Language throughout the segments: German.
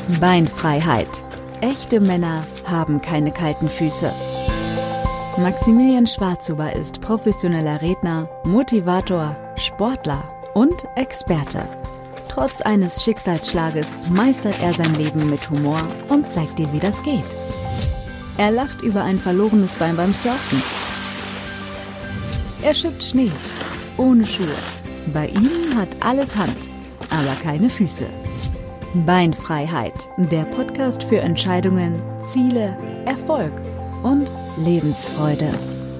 Beinfreiheit. Echte Männer haben keine kalten Füße. Maximilian Schwarzhuber ist professioneller Redner, Motivator, Sportler und Experte. Trotz eines Schicksalsschlages meistert er sein Leben mit Humor und zeigt dir, wie das geht. Er lacht über ein verlorenes Bein beim Surfen. Er schippt Schnee, ohne Schuhe. Bei ihm hat alles Hand, aber keine Füße. Beinfreiheit, der Podcast für Entscheidungen, Ziele, Erfolg und Lebensfreude.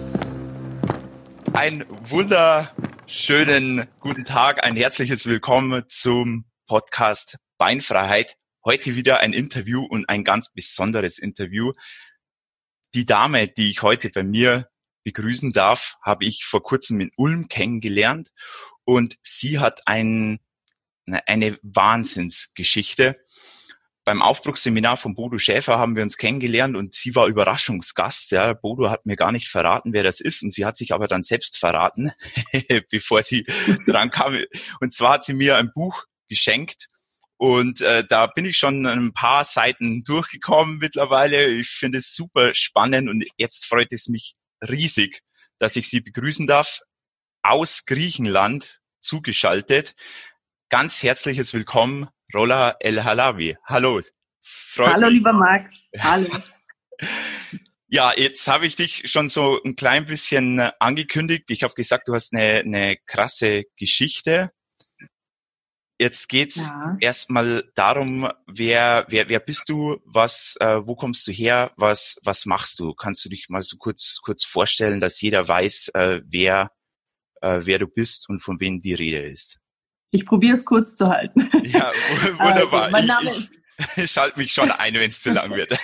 Einen wunderschönen guten Tag, ein herzliches Willkommen zum Podcast Beinfreiheit. Heute wieder ein Interview und ein ganz besonderes Interview. Die Dame, die ich heute bei mir begrüßen darf, habe ich vor kurzem in Ulm kennengelernt und sie hat eine Wahnsinnsgeschichte. Beim Aufbruchsseminar von Bodo Schäfer haben wir uns kennengelernt und sie war Überraschungsgast. Ja, Bodo hat mir gar nicht verraten, wer das ist, und sie hat sich aber dann selbst verraten, bevor sie dran kam. Und zwar hat sie mir ein Buch geschenkt und da bin ich schon ein paar Seiten durchgekommen mittlerweile. Ich finde es super spannend und jetzt freut es mich riesig, dass ich sie begrüßen darf, aus Griechenland zugeschaltet. Ganz herzliches Willkommen, Rola El-Halabi. Hallo. Hallo, lieber Max. Hallo. Ja, jetzt habe ich dich schon so ein klein bisschen angekündigt. Ich habe gesagt, du hast eine krasse Geschichte. Jetzt geht's erstmal darum, wer bist du, wo kommst du her, was machst du? Kannst du dich mal so kurz vorstellen, dass jeder weiß, wer du bist und von wem die Rede ist? Ich probiere es kurz zu halten. Ja, wunderbar. Also, mein Name ist... Ich schalte mich schon ein, wenn es zu lang wird.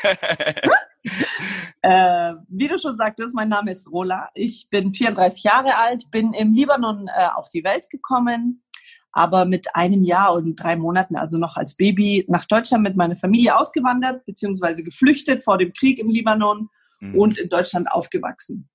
Wie du schon sagtest, mein Name ist Rola. Ich bin 34 Jahre alt, bin im Libanon auf die Welt gekommen, aber mit 1 Jahr und 3 Monaten, also noch als Baby, nach Deutschland mit meiner Familie ausgewandert, beziehungsweise geflüchtet vor dem Krieg im Libanon und in Deutschland aufgewachsen.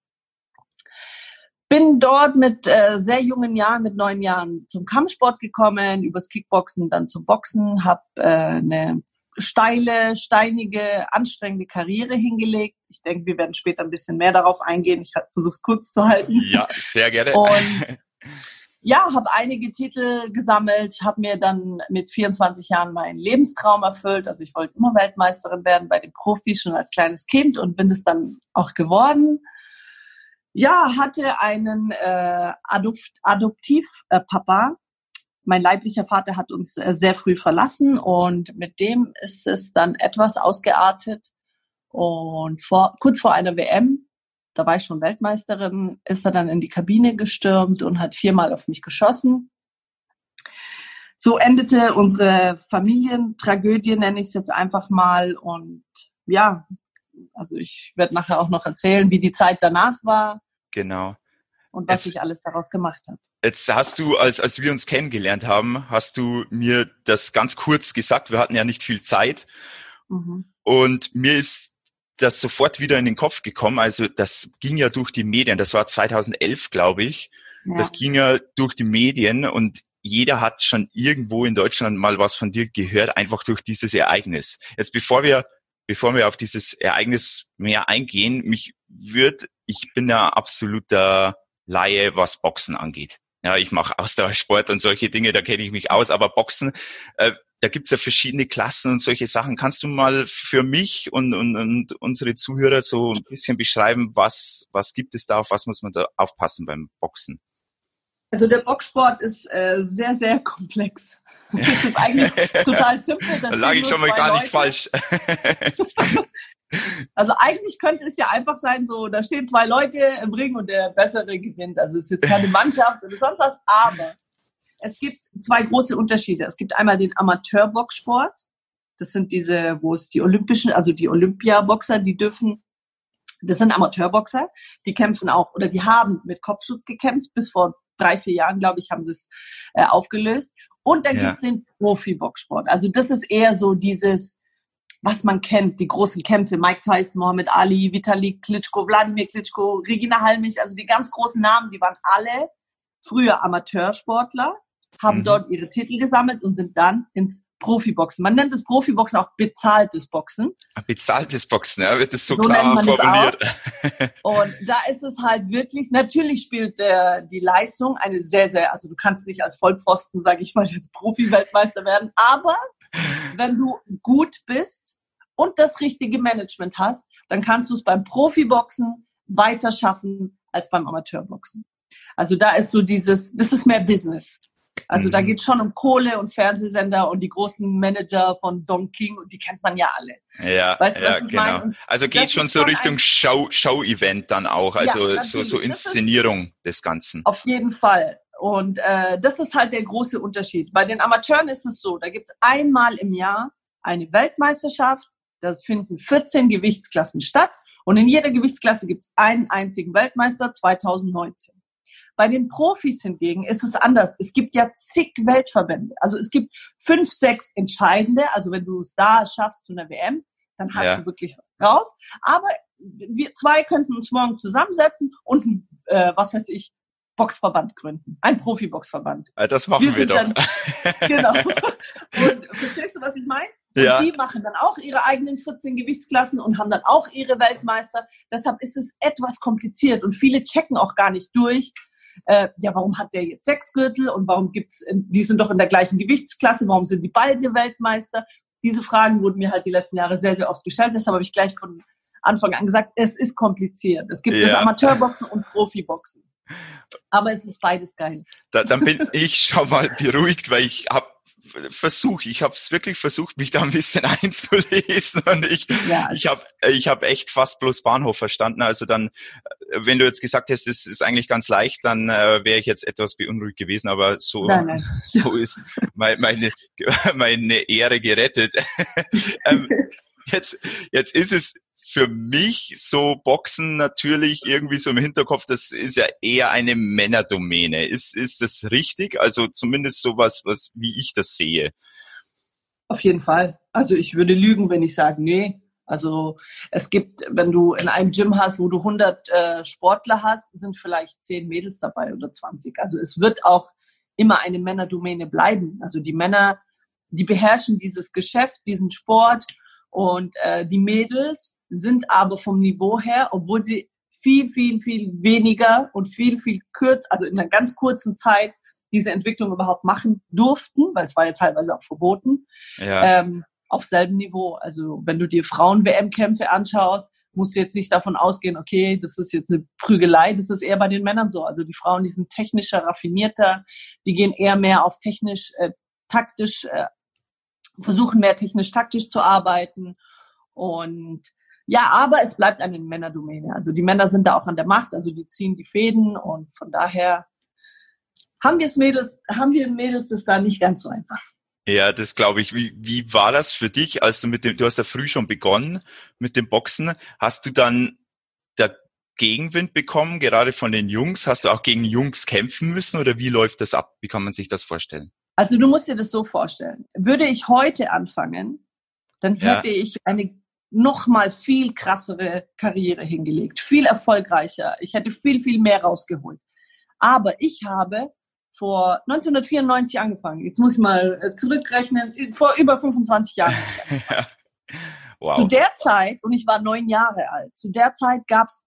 Bin dort mit sehr jungen Jahren, mit 9 Jahren zum Kampfsport gekommen, übers Kickboxen dann zum Boxen, habe eine steile, steinige, anstrengende Karriere hingelegt. Ich denke, wir werden später ein bisschen mehr darauf eingehen. Ich versuche es kurz zu halten. Ja, sehr gerne. Und ja, habe einige Titel gesammelt, habe mir dann mit 24 Jahren meinen Lebenstraum erfüllt. Also ich wollte immer Weltmeisterin werden bei den Profis schon als kleines Kind und bin es dann auch geworden. Ja, hatte einen Adoptivpapa. Mein leiblicher Vater hat uns sehr früh verlassen und mit dem ist es dann etwas ausgeartet. Und kurz vor einer WM, da war ich schon Weltmeisterin, ist er dann in die Kabine gestürmt und hat 4-mal auf mich geschossen. So endete unsere Familientragödie, nenne ich es jetzt einfach mal. Und ja, also ich werde nachher auch noch erzählen, wie die Zeit danach war. Genau. Und was ich alles daraus gemacht habe. Jetzt hast du, als wir uns kennengelernt haben, hast du mir das ganz kurz gesagt. Wir hatten ja nicht viel Zeit. Und mir ist das sofort wieder in den Kopf gekommen. Also das ging ja durch die Medien. Das war 2011, glaube ich. Ja. Das ging ja durch die Medien und jeder hat schon irgendwo in Deutschland mal was von dir gehört, einfach durch dieses Ereignis. Jetzt bevor wir auf dieses Ereignis mehr eingehen, ich bin ja absoluter Laie, was Boxen angeht. Ja, ich mache Ausdauersport und solche Dinge, da kenne ich mich aus, aber Boxen, da gibt's ja verschiedene Klassen und solche Sachen. Kannst du mal für mich und unsere Zuhörer so ein bisschen beschreiben, was gibt es da, auf was muss man da aufpassen beim Boxen? Also der Boxsport ist sehr, sehr komplex. Das ist eigentlich total simpel. Da lag ich schon mal gar nicht falsch. Also eigentlich könnte es ja einfach sein, so da stehen 2 Leute im Ring und der Bessere gewinnt. Also es ist jetzt keine Mannschaft oder sonst was, aber es gibt 2 große Unterschiede. Es gibt einmal den Amateurboxsport. Das sind diese, wo es die Olympischen, also die Olympiaboxer, die dürfen, das sind Amateurboxer, die kämpfen auch oder die haben mit Kopfschutz gekämpft. Bis vor 3-4 Jahren, glaube ich, haben sie es aufgelöst. Und dann gibt es den Profi-Boxsport. Also das ist eher so dieses, was man kennt, die großen Kämpfe, Mike Tyson, Muhammad Ali, Vitali Klitschko, Wladimir Klitschko, Regina Halmich, also die ganz großen Namen, die waren alle früher Amateursportler, haben dort ihre Titel gesammelt und sind dann ins Profiboxen. Man nennt das Profiboxen auch bezahltes Boxen. Bezahltes Boxen, ja, wird das so nennt klar man formuliert. Und da ist es halt wirklich, natürlich spielt die Leistung eine sehr, sehr, also du kannst nicht als Vollpfosten, sage ich mal, jetzt Profi-Weltmeister werden, aber wenn du gut bist und das richtige Management hast, dann kannst du es beim Profiboxen weiter schaffen als beim Amateurboxen. Also da ist so das ist mehr Business. Also da geht es schon um Kohle und Fernsehsender und die großen Manager von Don King, und die kennt man ja alle. Ja, weißt du, was ich meine? Also geht schon so Richtung Show-Event dann auch, also ja, so Inszenierung des Ganzen. Auf jeden Fall. Und das ist halt der große Unterschied. Bei den Amateuren ist es so, da gibt es einmal im Jahr eine Weltmeisterschaft, da finden 14 Gewichtsklassen statt und in jeder Gewichtsklasse gibt es einen einzigen Weltmeister 2019. Bei den Profis hingegen ist es anders. Es gibt ja zig Weltverbände. Also es gibt 5, 6 entscheidende. Also wenn du es da schaffst zu einer WM, dann hast du wirklich was drauf. Aber wir zwei könnten uns morgen zusammensetzen und Boxverband gründen. Ein Profiboxverband. Das machen wir doch. Dann, genau. Und verstehst du, was ich meine? Ja. Und die machen dann auch ihre eigenen 14 Gewichtsklassen und haben dann auch ihre Weltmeister. Deshalb ist es etwas kompliziert und viele checken auch gar nicht durch. Warum hat der jetzt 6 Gürtel und warum die sind doch in der gleichen Gewichtsklasse, warum sind die beide Weltmeister? Diese Fragen wurden mir halt die letzten Jahre sehr, sehr oft gestellt. Deshalb habe ich gleich von Anfang an gesagt, es ist kompliziert. Es gibt das Amateurboxen und Profiboxen. Aber es ist beides geil. Dann bin ich schon mal beruhigt, weil ich habe es wirklich versucht, mich da ein bisschen einzulesen und ich habe echt fast bloß Bahnhof verstanden. Also dann, wenn du jetzt gesagt hättest, es ist eigentlich ganz leicht, dann wäre ich jetzt etwas beunruhigt gewesen, aber so ist meine Ehre gerettet. Jetzt ist es für mich so Boxen natürlich irgendwie so im Hinterkopf, das ist ja eher eine Männerdomäne. Ist das richtig? Also zumindest sowas, wie ich das sehe. Auf jeden Fall. Also ich würde lügen, wenn ich sage, nee. Also es gibt, wenn du in einem Gym hast, wo du 100 Sportler hast, sind vielleicht 10 Mädels dabei oder 20. Also es wird auch immer eine Männerdomäne bleiben. Also die Männer, die beherrschen dieses Geschäft, diesen Sport, und die Mädels sind aber vom Niveau her, obwohl sie viel, viel, viel weniger und viel, viel kürzer, also in einer ganz kurzen Zeit diese Entwicklung überhaupt machen durften, weil es war ja teilweise auch verboten, auf selben Niveau. Also wenn du dir Frauen-WM-Kämpfe anschaust, musst du jetzt nicht davon ausgehen, okay, das ist jetzt eine Prügelei, das ist eher bei den Männern so. Also die Frauen, die sind technischer, raffinierter, die gehen eher mehr auf taktisch, versuchen mehr technisch-taktisch zu arbeiten. Und ja, aber es bleibt eine Männerdomäne. Also die Männer sind da auch an der Macht, also die ziehen die Fäden und von daher haben wir Mädels das da nicht ganz so einfach. Ja, das glaube ich. Wie war das für dich, als du hast ja früh schon begonnen mit dem Boxen? Hast du dann der Gegenwind bekommen, gerade von den Jungs? Hast du auch gegen Jungs kämpfen müssen oder wie läuft das ab? Wie kann man sich das vorstellen? Also du musst dir das so vorstellen. Würde ich heute anfangen, dann hätte ich eine noch mal viel krassere Karriere hingelegt, viel erfolgreicher. Ich hätte viel, viel mehr rausgeholt. Aber ich habe vor 1994 angefangen. Jetzt muss ich mal zurückrechnen, vor über 25 Jahren. Ja. Wow. Zu der Zeit, und ich war 9 Jahre alt, zu der Zeit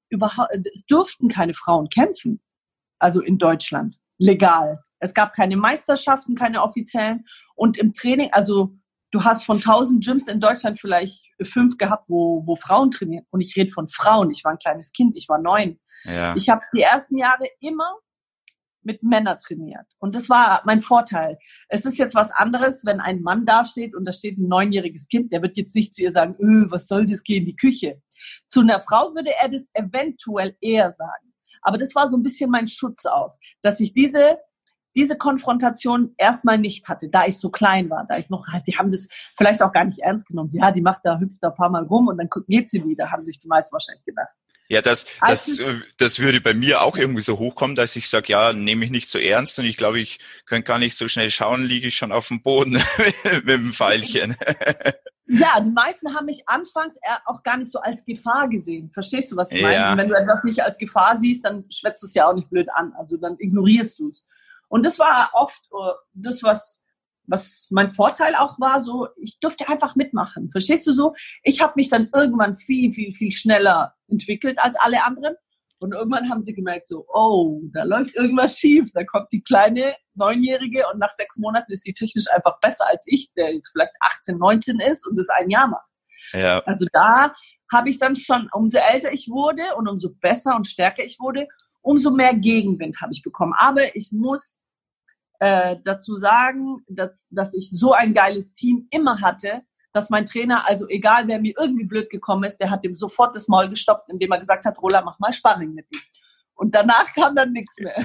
es durften keine Frauen kämpfen. Also in Deutschland. Legal. Es gab keine Meisterschaften, keine offiziellen. Und im Training, also du hast von 1000 Gyms in Deutschland vielleicht 5 gehabt, wo Frauen trainieren. Und ich rede von Frauen. Ich war ein kleines Kind, ich war 9. Ja. Ich habe die ersten Jahre immer mit Männern trainiert. Und das war mein Vorteil. Es ist jetzt was anderes, wenn ein Mann dasteht und da steht ein 9-jähriges Kind, der wird jetzt nicht zu ihr sagen, was soll das, geh in die Küche. Zu einer Frau würde er das eventuell eher sagen. Aber das war so ein bisschen mein Schutz auch, dass ich diese Konfrontation erstmal nicht hatte, da ich so klein war, die haben das vielleicht auch gar nicht ernst genommen. Die macht da, hüpft da ein paar Mal rum und dann geht sie wieder, haben sich die meisten wahrscheinlich gedacht. Ja, das würde bei mir auch irgendwie so hochkommen, dass ich sage, ja, nehme ich nicht so ernst und ich glaube, ich könnte gar nicht so schnell schauen, liege ich schon auf dem Boden mit dem Pfeilchen. Ja, die meisten haben mich anfangs auch gar nicht so als Gefahr gesehen. Verstehst du, was ich meine? Und wenn du etwas nicht als Gefahr siehst, dann schwätzt du es ja auch nicht blöd an. Also dann ignorierst du es. Und das war oft das, was was mein Vorteil auch war, so, ich durfte einfach mitmachen. Verstehst du so? Ich habe mich dann irgendwann viel, viel, viel schneller entwickelt als alle anderen. Und irgendwann haben sie gemerkt, so, oh, da läuft irgendwas schief. Da kommt die kleine 9-Jährige und nach 6 Monaten ist die technisch einfach besser als ich, der jetzt vielleicht 18, 19 ist und das ein Jahr macht. Ja. Also da habe ich dann schon, umso älter ich wurde und umso besser und stärker ich wurde, umso mehr Gegenwind habe ich bekommen. Aber ich muss dazu sagen, dass ich so ein geiles Team immer hatte, dass mein Trainer, also egal wer mir irgendwie blöd gekommen ist, der hat dem sofort das Maul gestopft, indem er gesagt hat, Roland, mach mal Sparring mit ihm. Und danach kam dann nichts mehr.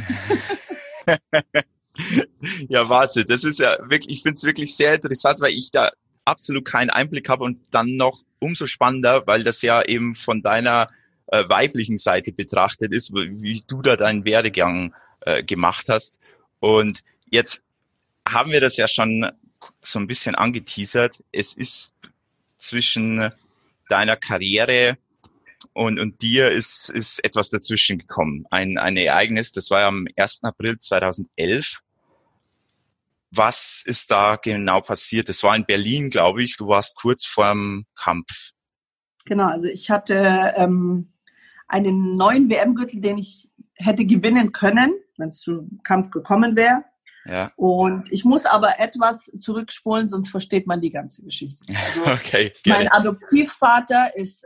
Ja, warte, das ist ja wirklich, ich finde es wirklich sehr interessant, weil ich da absolut keinen Einblick habe und dann noch umso spannender, weil das ja eben von deiner weiblichen Seite betrachtet ist, wie du da deinen Werdegang gemacht hast. Und jetzt haben wir das ja schon so ein bisschen angeteasert. Es ist zwischen deiner Karriere und dir ist etwas dazwischen gekommen. Ein Ereignis, das war ja am 1. April 2011. Was ist da genau passiert? Das war in Berlin, glaube ich. Du warst kurz vorm Kampf. Genau, also ich hatte einen neuen WM-Gürtel, den ich hätte gewinnen können, wenn es zum Kampf gekommen wäre. Ja. Und ich muss aber etwas zurückspulen, sonst versteht man die ganze Geschichte. Also okay, mein Adoptivvater ist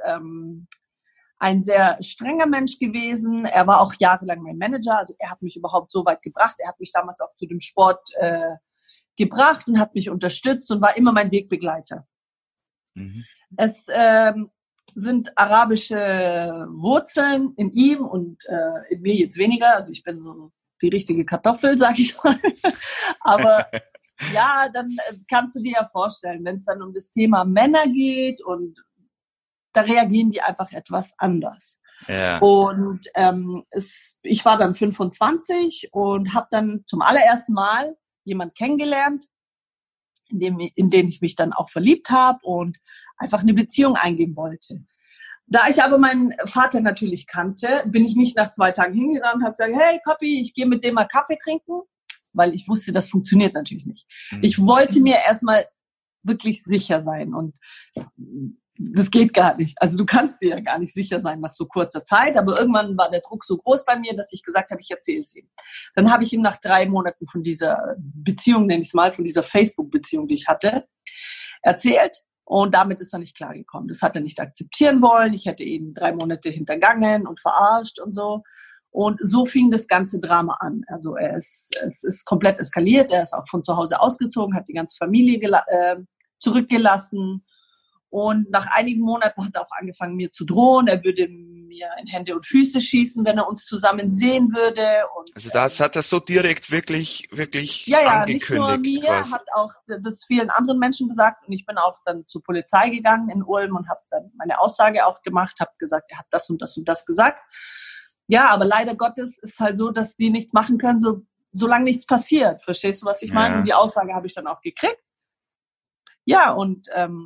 ein sehr strenger Mensch gewesen. Er war auch jahrelang mein Manager. Also er hat mich überhaupt so weit gebracht. Er hat mich damals auch zu dem Sport gebracht und hat mich unterstützt und war immer mein Wegbegleiter. Mhm. Es sind arabische Wurzeln in ihm und in mir jetzt weniger. Also ich bin so die richtige Kartoffel, sag ich mal. Aber ja, dann kannst du dir ja vorstellen, wenn es dann um das Thema Männer geht und da reagieren die einfach etwas anders. Ja. Und ich war dann 25 und habe dann zum allerersten Mal jemand kennengelernt, in den ich mich dann auch verliebt habe und einfach eine Beziehung eingehen wollte. Da ich aber meinen Vater natürlich kannte, bin ich nicht nach 2 Tagen hingerannt und habe gesagt, hey Papi, ich gehe mit dem mal Kaffee trinken, weil ich wusste, das funktioniert natürlich nicht. Ich wollte mir erstmal wirklich sicher sein und das geht gar nicht. Also du kannst dir ja gar nicht sicher sein nach so kurzer Zeit, aber irgendwann war der Druck so groß bei mir, dass ich gesagt habe, ich erzähle es ihm. Dann habe ich ihm nach 3 Monaten von dieser Beziehung, nenne ich es mal, von dieser Facebook-Beziehung, die ich hatte, erzählt. Und damit ist er nicht klargekommen. Das hat er nicht akzeptieren wollen. Ich hätte ihn 3 Monate hintergangen und verarscht und so. Und so fing das ganze Drama an. Also es ist komplett eskaliert. Er ist auch von zu Hause ausgezogen, hat die ganze Familie zurückgelassen. Und nach einigen Monaten hat er auch angefangen, mir zu drohen. Er würde mir in Hände und Füße schießen, wenn er uns zusammen sehen würde. Und, also das hat er so direkt wirklich angekündigt. Nicht nur mir, quasi. Hat auch das vielen anderen Menschen gesagt. Und ich bin auch dann zur Polizei gegangen in Ulm und habe dann meine Aussage auch gemacht, habe gesagt, er hat das und das und das gesagt. Ja, aber leider Gottes ist halt so, dass die nichts machen können, solange nichts passiert. Verstehst du, was ich meine? Und die Aussage habe ich dann auch gekriegt. Ja, und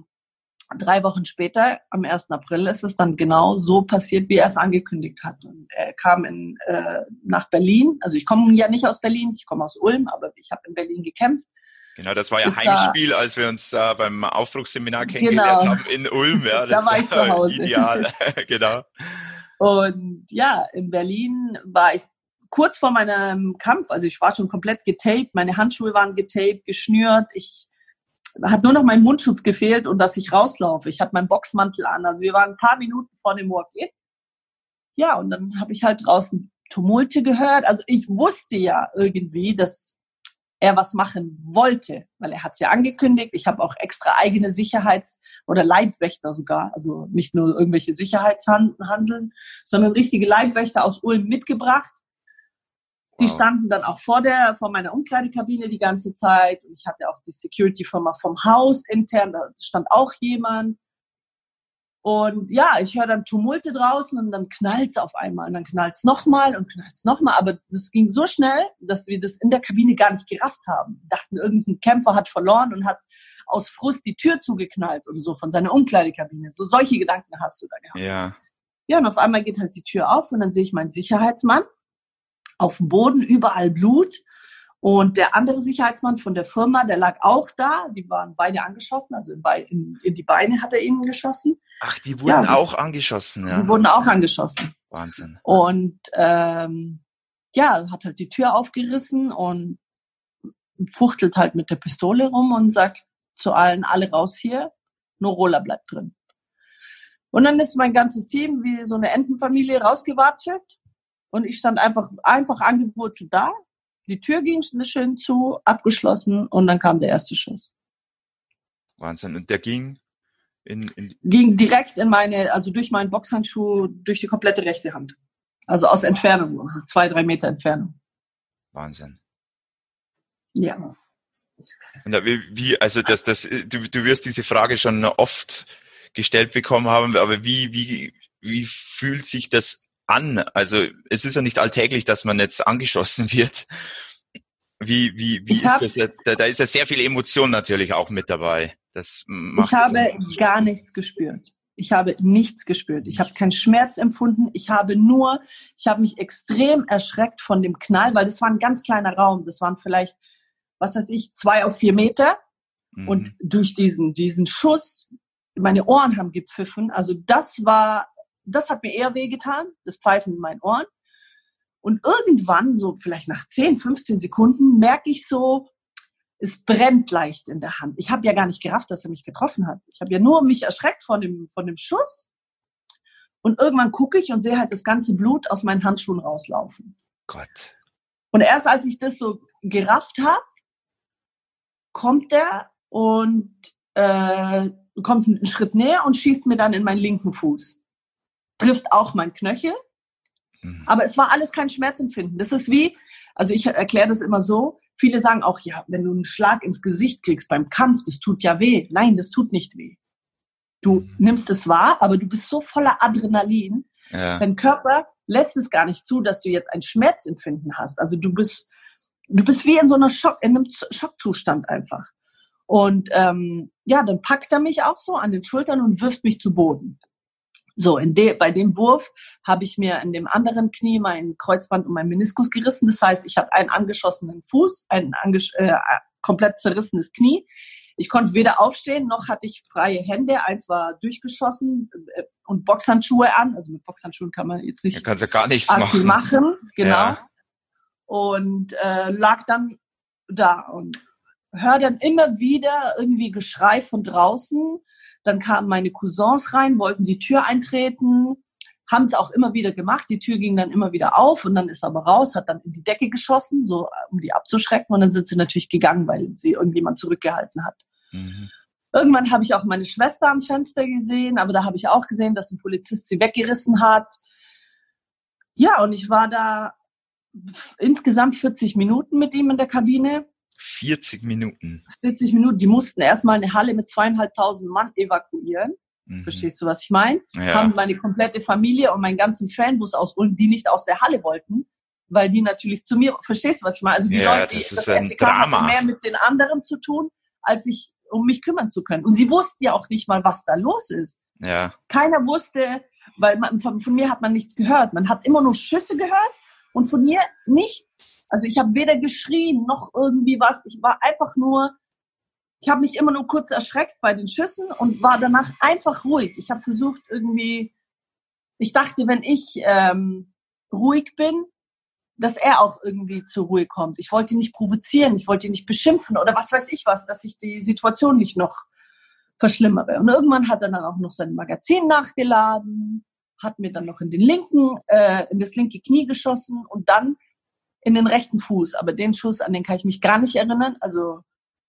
3 Wochen später, am 1. April, ist es dann genau so passiert, wie er es angekündigt hat. Und er kam nach Berlin. Also ich komme ja nicht aus Berlin, ich komme aus Ulm, aber ich habe in Berlin gekämpft. Genau, das war ja Heimspiel, als wir uns beim Aufbruchsseminar kennengelernt haben in Ulm. Ja, das da war ich zu Hause. Ideal. Genau. Und ja, in Berlin war ich kurz vor meinem Kampf. Also ich war schon komplett getaped, meine Handschuhe waren getaped, geschnürt. Hat nur noch mein Mundschutz gefehlt und dass ich rauslaufe. Ich hatte meinen Boxmantel an. Also wir waren ein paar Minuten vor dem Walk-In. Ja, und dann habe ich halt draußen Tumulte gehört. Also ich wusste ja irgendwie, dass er was machen wollte, weil er hat es ja angekündigt. Ich habe auch extra eigene oder Leibwächter sogar, also nicht nur irgendwelche Sicherheitshandeln, sondern richtige Leibwächter aus Ulm mitgebracht. Die standen dann auch vor meiner Umkleidekabine die ganze Zeit. Und ich hatte auch die Security-Firma vom Haus intern, da stand auch jemand. Und ja, ich höre dann Tumulte draußen und dann knallt's auf einmal. Und dann knallt's nochmal und knallt's nochmal. Aber das ging so schnell, dass wir das in der Kabine gar nicht gerafft haben. Wir dachten, irgendein Kämpfer hat verloren und hat aus Frust die Tür zugeknallt und so von seiner Umkleidekabine. So solche Gedanken hast du da gehabt. Ja. Ja, und auf einmal geht halt die Tür auf und dann sehe ich meinen Sicherheitsmann auf dem Boden, überall Blut. Und der andere Sicherheitsmann von der Firma, der lag auch da. Die waren beide angeschossen, also in die Beine hat er ihnen geschossen. Ach, die wurden auch angeschossen, ja. Die wurden auch angeschossen. Wahnsinn. Und hat halt die Tür aufgerissen und fuchtelt halt mit der Pistole rum und sagt zu allen, alle raus hier, nur Rola bleibt drin. Und dann ist mein ganzes Team wie so eine Entenfamilie rausgewatschelt und ich stand einfach angewurzelt da. Die Tür ging schön zu, abgeschlossen und dann kam der erste Schuss. Wahnsinn. Und der ging ging direkt durch meinen Boxhandschuh, durch die komplette rechte Hand. Also aus Entfernung, also 2-3 Meter Entfernung. Wahnsinn. Ja. Und du wirst diese Frage schon oft gestellt bekommen haben, aber wie fühlt sich das an? Also es ist ja nicht alltäglich, dass man jetzt angeschossen wird. Wie ist das? Da ist ja sehr viel Emotion natürlich auch mit dabei. Ich habe gar nichts gespürt. Ich habe nichts gespürt. Ich habe keinen Schmerz empfunden. Ich habe mich extrem erschreckt von dem Knall, weil das war ein ganz kleiner Raum. Das waren vielleicht, 2 auf 4 Meter. Mhm. Und durch diesen Schuss, meine Ohren haben gepfiffen. Also das hat mir eher wehgetan, das Pfeifen in meinen Ohren. Und irgendwann, so vielleicht nach 10, 15 Sekunden, merke ich so, es brennt leicht in der Hand. Ich habe ja gar nicht gerafft, dass er mich getroffen hat. Ich habe ja nur mich erschreckt von dem Schuss. Und irgendwann gucke ich und sehe halt das ganze Blut aus meinen Handschuhen rauslaufen. Gott. Und erst als ich das so gerafft habe, kommt er und kommt einen Schritt näher und schießt mir dann in meinen linken Fuß. Trifft auch mein Knöchel. Aber es war alles kein Schmerzempfinden. Das ist ich erkläre das immer so, viele sagen auch, ja, wenn du einen Schlag ins Gesicht kriegst beim Kampf, das tut ja weh. Nein, das tut nicht weh. Du nimmst es wahr, aber du bist so voller Adrenalin. Ja. Dein Körper lässt es gar nicht zu, dass du jetzt ein Schmerzempfinden hast. Also du bist wie in so einem Schockzustand einfach. Und dann packt er mich auch so an den Schultern und wirft mich zu Boden. So, bei dem Wurf habe ich mir in dem anderen Knie mein Kreuzband und mein Meniskus gerissen. Das heißt, ich habe einen angeschossenen Fuß, ein komplett zerrissenes Knie. Ich konnte weder aufstehen, noch hatte ich freie Hände. Eins war durchgeschossen und Boxhandschuhe an. Also mit Boxhandschuhen kann man jetzt nicht kannst ja gar nichts machen. Genau. Ja. Und lag dann da und höre dann immer wieder irgendwie Geschrei von draußen. Dann kamen meine Cousins rein, wollten die Tür eintreten, haben es auch immer wieder gemacht. Die Tür ging dann immer wieder auf und dann ist er aber raus, hat dann in die Decke geschossen, so um die abzuschrecken. Und dann sind sie natürlich gegangen, weil sie irgendjemand zurückgehalten hat. Mhm. Irgendwann habe ich auch meine Schwester am Fenster gesehen, aber da habe ich auch gesehen, dass ein Polizist sie weggerissen hat. Ja, und ich war da insgesamt 40 Minuten mit ihm in der Kabine. 40 Minuten. 40 Minuten. Die mussten erstmal eine Halle mit 2.500 Mann evakuieren. Mhm. Verstehst du, was ich meine? Ja. Haben meine komplette Familie und meinen ganzen Fanbus aus Ulm, die nicht aus der Halle wollten, weil die natürlich zu mir, verstehst du, was ich meine? Also die Leute, das SEK hatten mehr mit den anderen zu tun, als sich um mich kümmern zu können. Und sie wussten ja auch nicht mal, was da los ist. Ja. Keiner wusste, weil von mir hat man nichts gehört. Man hat immer nur Schüsse gehört und von mir nichts. Also ich habe weder geschrien noch irgendwie was. Ich habe mich immer nur kurz erschreckt bei den Schüssen und war danach einfach ruhig. Ich habe versucht ich dachte, wenn ich ruhig bin, dass er auch irgendwie zur Ruhe kommt. Ich wollte ihn nicht provozieren, ich wollte ihn nicht beschimpfen oder was weiß ich was, dass ich die Situation nicht noch verschlimmere. Und irgendwann hat er dann auch noch sein Magazin nachgeladen, hat mir dann noch in das linke Knie geschossen und dann in den rechten Fuß. Aber den Schuss, an den kann ich mich gar nicht erinnern. Also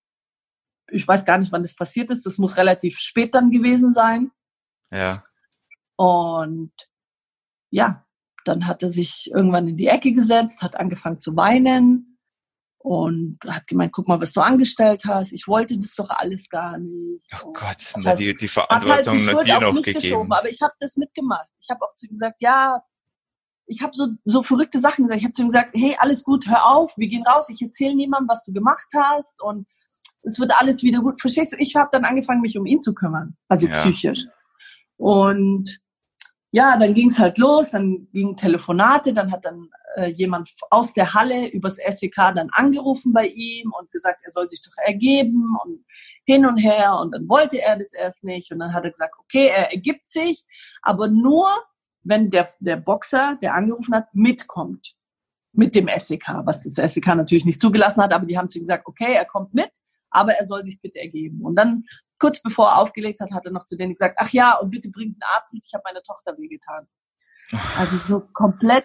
ich weiß gar nicht, wann das passiert ist. Das muss relativ spät dann gewesen sein. Ja. Und ja, dann hat er sich irgendwann in die Ecke gesetzt, hat angefangen zu weinen und hat gemeint, guck mal, was du angestellt hast. Ich wollte das doch alles gar nicht. Oh Gott, die Verantwortung hat dir noch gegeben. Geschoben, aber ich habe das mitgemacht. Ich habe auch zu ihm gesagt, ja, ich habe so verrückte Sachen gesagt. Ich habe zu ihm gesagt, hey, alles gut, hör auf, wir gehen raus. Ich erzähle niemandem, was du gemacht hast und es wird alles wieder gut. Verstehst du? Ich habe dann angefangen, mich um ihn zu kümmern, also psychisch. Und ja, dann ging es halt los, dann gingen Telefonate, dann hat dann jemand aus der Halle übers SEK dann angerufen bei ihm und gesagt, er soll sich doch ergeben und hin und her. Und dann wollte er das erst nicht. Und dann hat er gesagt, okay, er ergibt sich, aber nur, wenn der Boxer, der angerufen hat, mitkommt mit dem SEK, was das SEK natürlich nicht zugelassen hat, aber die haben zu ihm gesagt, okay, er kommt mit, aber er soll sich bitte ergeben. Und dann, kurz bevor er aufgelegt hat, hat er noch zu denen gesagt, ach ja, und bitte bringt einen Arzt mit, ich habe meiner Tochter wehgetan. Also so komplett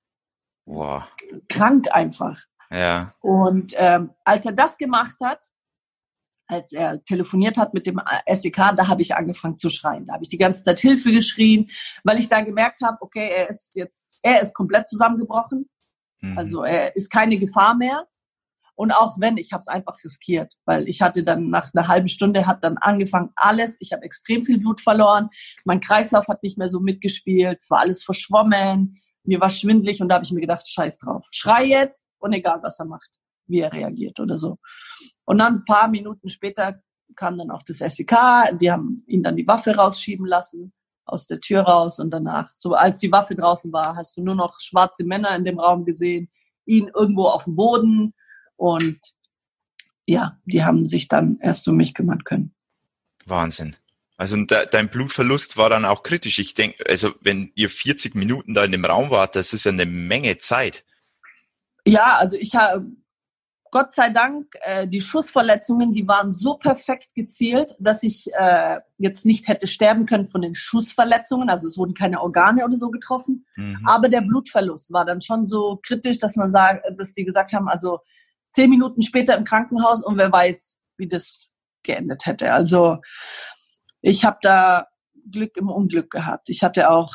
krank einfach. Ja. Und als er das gemacht hat, als er telefoniert hat mit dem SEK, da habe ich angefangen zu schreien. Da habe ich die ganze Zeit Hilfe geschrien, weil ich da gemerkt habe, okay, er ist komplett zusammengebrochen. Also er ist keine Gefahr mehr. Und auch wenn, ich habe es einfach riskiert, weil ich hatte dann nach einer halben Stunde hat dann angefangen alles. Ich habe extrem viel Blut verloren. Mein Kreislauf hat nicht mehr so mitgespielt. Es war alles verschwommen. Mir war schwindelig und da habe ich mir gedacht, scheiß drauf. Schrei jetzt und egal, was er macht, wie er reagiert oder so. Und dann ein paar Minuten später kam dann auch das SEK. Die haben ihn dann die Waffe rausschieben lassen, aus der Tür raus. Und danach, so als die Waffe draußen war, hast du nur noch schwarze Männer in dem Raum gesehen, ihn irgendwo auf dem Boden. Und ja, die haben sich dann erst um mich kümmern können. Wahnsinn. Also dein Blutverlust war dann auch kritisch. Ich denke, also wenn ihr 40 Minuten da in dem Raum wart, das ist ja eine Menge Zeit. Ja, also ich habe, Gott sei Dank, die Schussverletzungen, die waren so perfekt gezielt, dass ich jetzt nicht hätte sterben können von den Schussverletzungen. Also es wurden keine Organe oder so getroffen. Aber der Blutverlust war dann schon so kritisch, dass die gesagt haben, also 10 Minuten später im Krankenhaus und wer weiß, wie das geendet hätte. Also ich habe da Glück im Unglück gehabt. Ich hatte auch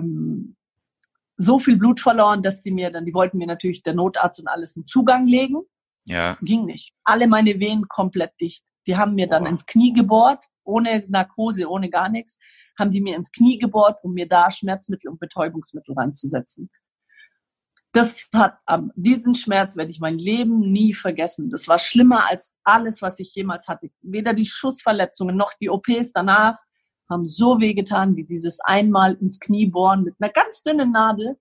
so viel Blut verloren, dass die wollten mir natürlich, der Notarzt und alles, einen Zugang legen. Ja. Ging nicht. Alle meine Venen komplett dicht. Die haben mir dann ins Knie gebohrt, ohne Narkose, ohne gar nichts, haben die mir ins Knie gebohrt, um mir da Schmerzmittel und Betäubungsmittel reinzusetzen. Diesen Schmerz werde ich mein Leben nie vergessen. Das war schlimmer als alles, was ich jemals hatte. Weder die Schussverletzungen noch die OPs danach haben so wehgetan, wie dieses einmal ins Knie bohren mit einer ganz dünnen Nadel,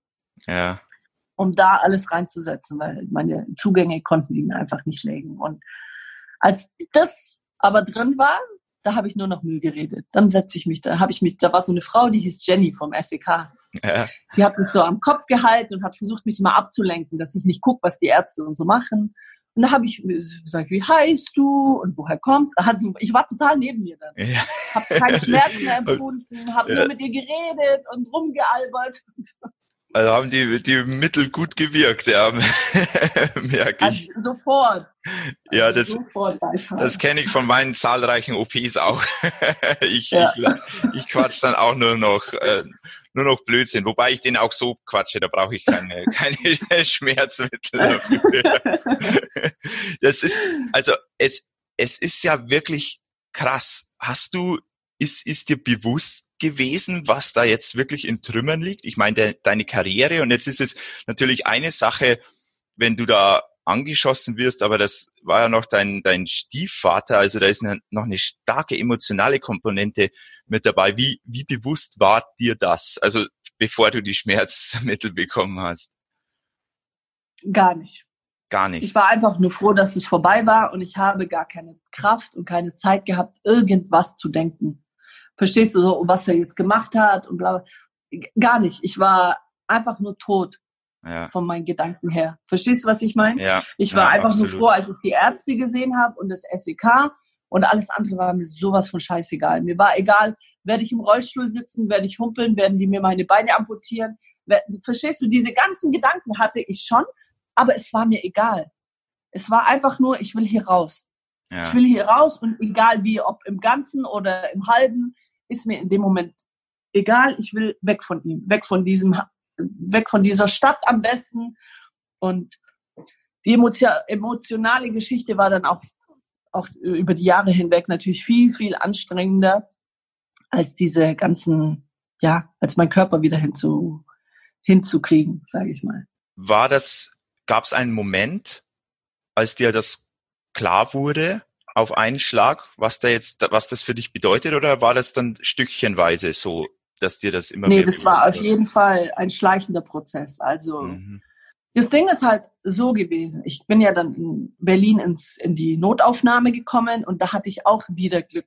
um da alles reinzusetzen, weil meine Zugänge konnten die mir einfach nicht legen. Und als das aber drin war, da habe ich nur noch Müll geredet. Dann da war so eine Frau, die hieß Jenny vom SEK. Ja. Die hat mich so am Kopf gehalten und hat versucht, mich immer abzulenken, dass ich nicht gucke, was die Ärzte und so machen. Und da habe ich gesagt, wie heißt du und woher kommst du? Also, ich war total neben ihr dann. Ja. Habe keinen Schmerz mehr empfunden, habe nur mit ihr geredet und rumgealbert. Also haben die Mittel gut gewirkt, ja, merke ich. Also sofort. Ja, das kenne ich von meinen zahlreichen OPs auch. Ich quatsch dann auch nur noch Blödsinn, wobei ich den auch so quatsche, da brauche ich keine Schmerzmittel dafür. Das ist, also es ist ja wirklich krass. Ist dir bewusst gewesen, was da jetzt wirklich in Trümmern liegt? Ich meine, deine Karriere, und jetzt ist es natürlich eine Sache, wenn du da angeschossen wirst, aber das war ja noch dein Stiefvater, also da ist noch eine starke emotionale Komponente mit dabei. Wie bewusst war dir das, also bevor du die Schmerzmittel bekommen hast? Gar nicht. Gar nicht. Ich war einfach nur froh, dass es vorbei war und ich habe gar keine Kraft und keine Zeit gehabt, irgendwas zu denken. Verstehst du so, was er jetzt gemacht hat und bla bla. Gar nicht. Ich war einfach nur tot von meinen Gedanken her. Verstehst du, was ich meine? Ja. Ich war einfach nur froh, als ich die Ärzte gesehen habe und das SEK und alles andere war mir sowas von scheißegal. Mir war egal, werde ich im Rollstuhl sitzen, werde ich humpeln, werden die mir meine Beine amputieren. Verstehst du, diese ganzen Gedanken hatte ich schon, aber es war mir egal. Es war einfach nur, ich will hier raus. Ja. Ich will hier raus und egal wie, ob im Ganzen oder im Halben, ist mir in dem Moment egal. Ich will weg von ihm, weg von dieser Stadt am besten. Und die emotionale Geschichte war dann auch über die Jahre hinweg natürlich viel, viel anstrengender als diese ganzen, als mein Körper wieder hinzukriegen, sage ich mal. Gab es einen Moment, als dir das klar wurde, auf einen Schlag, was das für dich bedeutet, oder war das dann stückchenweise so, dass dir das immer mehr das war auf jeden Fall ein schleichender Prozess. Also Das Ding ist halt so gewesen. Ich bin ja dann in Berlin in die Notaufnahme gekommen und da hatte ich auch wieder Glück.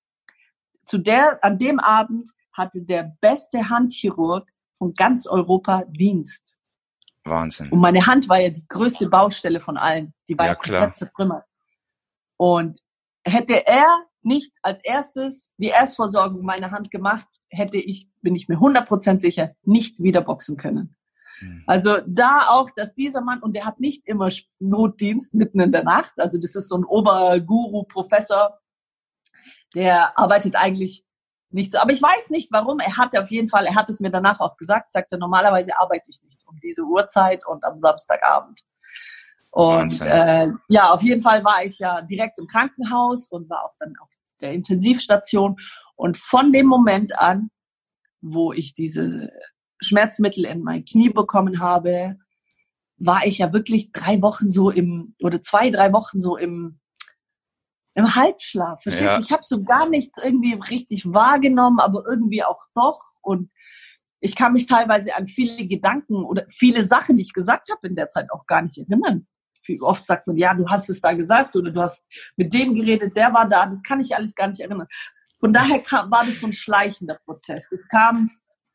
An dem Abend hatte der beste Handchirurg von ganz Europa Dienst. Wahnsinn. Und meine Hand war ja die größte Baustelle von allen. Die war ja komplett zertrümmert. Und hätte er nicht als erstes die Erstversorgung meiner Hand gemacht, bin ich mir 100% sicher, nicht wieder boxen können. Also da auch, dass dieser Mann, und der hat nicht immer Notdienst mitten in der Nacht, also das ist so ein Oberguru, Professor, der arbeitet eigentlich nicht so. Aber ich weiß nicht, warum. Er hat es mir danach auch gesagt, sagte, normalerweise arbeite ich nicht um diese Uhrzeit und am Samstagabend. Und auf jeden Fall war ich ja direkt im Krankenhaus und war auch dann auf der Intensivstation. Und von dem Moment an, wo ich diese Schmerzmittel in mein Knie bekommen habe, war ich ja wirklich 3 Wochen so 2-3 Wochen so im Halbschlaf. Verstehst du? Ich habe so gar nichts irgendwie richtig wahrgenommen, aber irgendwie auch doch. Und ich kann mich teilweise an viele Gedanken oder viele Sachen, die ich gesagt habe in der Zeit, auch gar nicht erinnern. Oft sagt man, ja, du hast es da gesagt oder du hast mit dem geredet, der war da. Das kann ich alles gar nicht erinnern. Von daher war das so ein schleichender Prozess. Es kam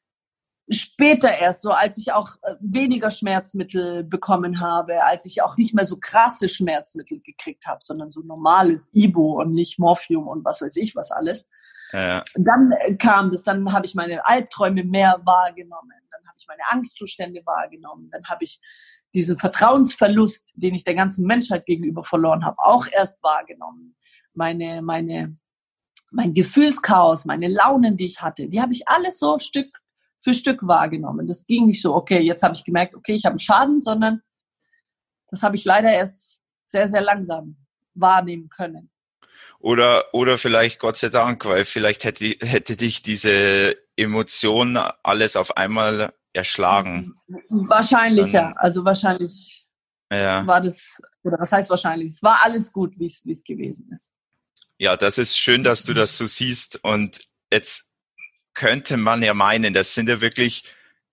später erst so, als ich auch weniger Schmerzmittel bekommen habe, als ich auch nicht mehr so krasse Schmerzmittel gekriegt habe, sondern so normales Ibo und nicht Morphium und was weiß ich was alles. Ja. Dann kam das, dann habe ich meine Albträume mehr wahrgenommen, dann habe ich meine Angstzustände wahrgenommen, dann habe ich diesen Vertrauensverlust, den ich der ganzen Menschheit gegenüber verloren habe, auch erst wahrgenommen. Mein Gefühlschaos, meine Launen, die ich hatte, die habe ich alles so Stück für Stück wahrgenommen. Das ging nicht so, okay, jetzt habe ich gemerkt, okay, ich habe einen Schaden, sondern das habe ich leider erst sehr, sehr langsam wahrnehmen können. Oder vielleicht Gott sei Dank, weil vielleicht hätte dich diese Emotion alles auf einmal erschlagen. Wahrscheinlich, ja. Also wahrscheinlich war das, oder was heißt wahrscheinlich? Es war alles gut, wie es gewesen ist. Ja, das ist schön, dass du das so siehst. Und jetzt könnte man ja meinen, das sind ja wirklich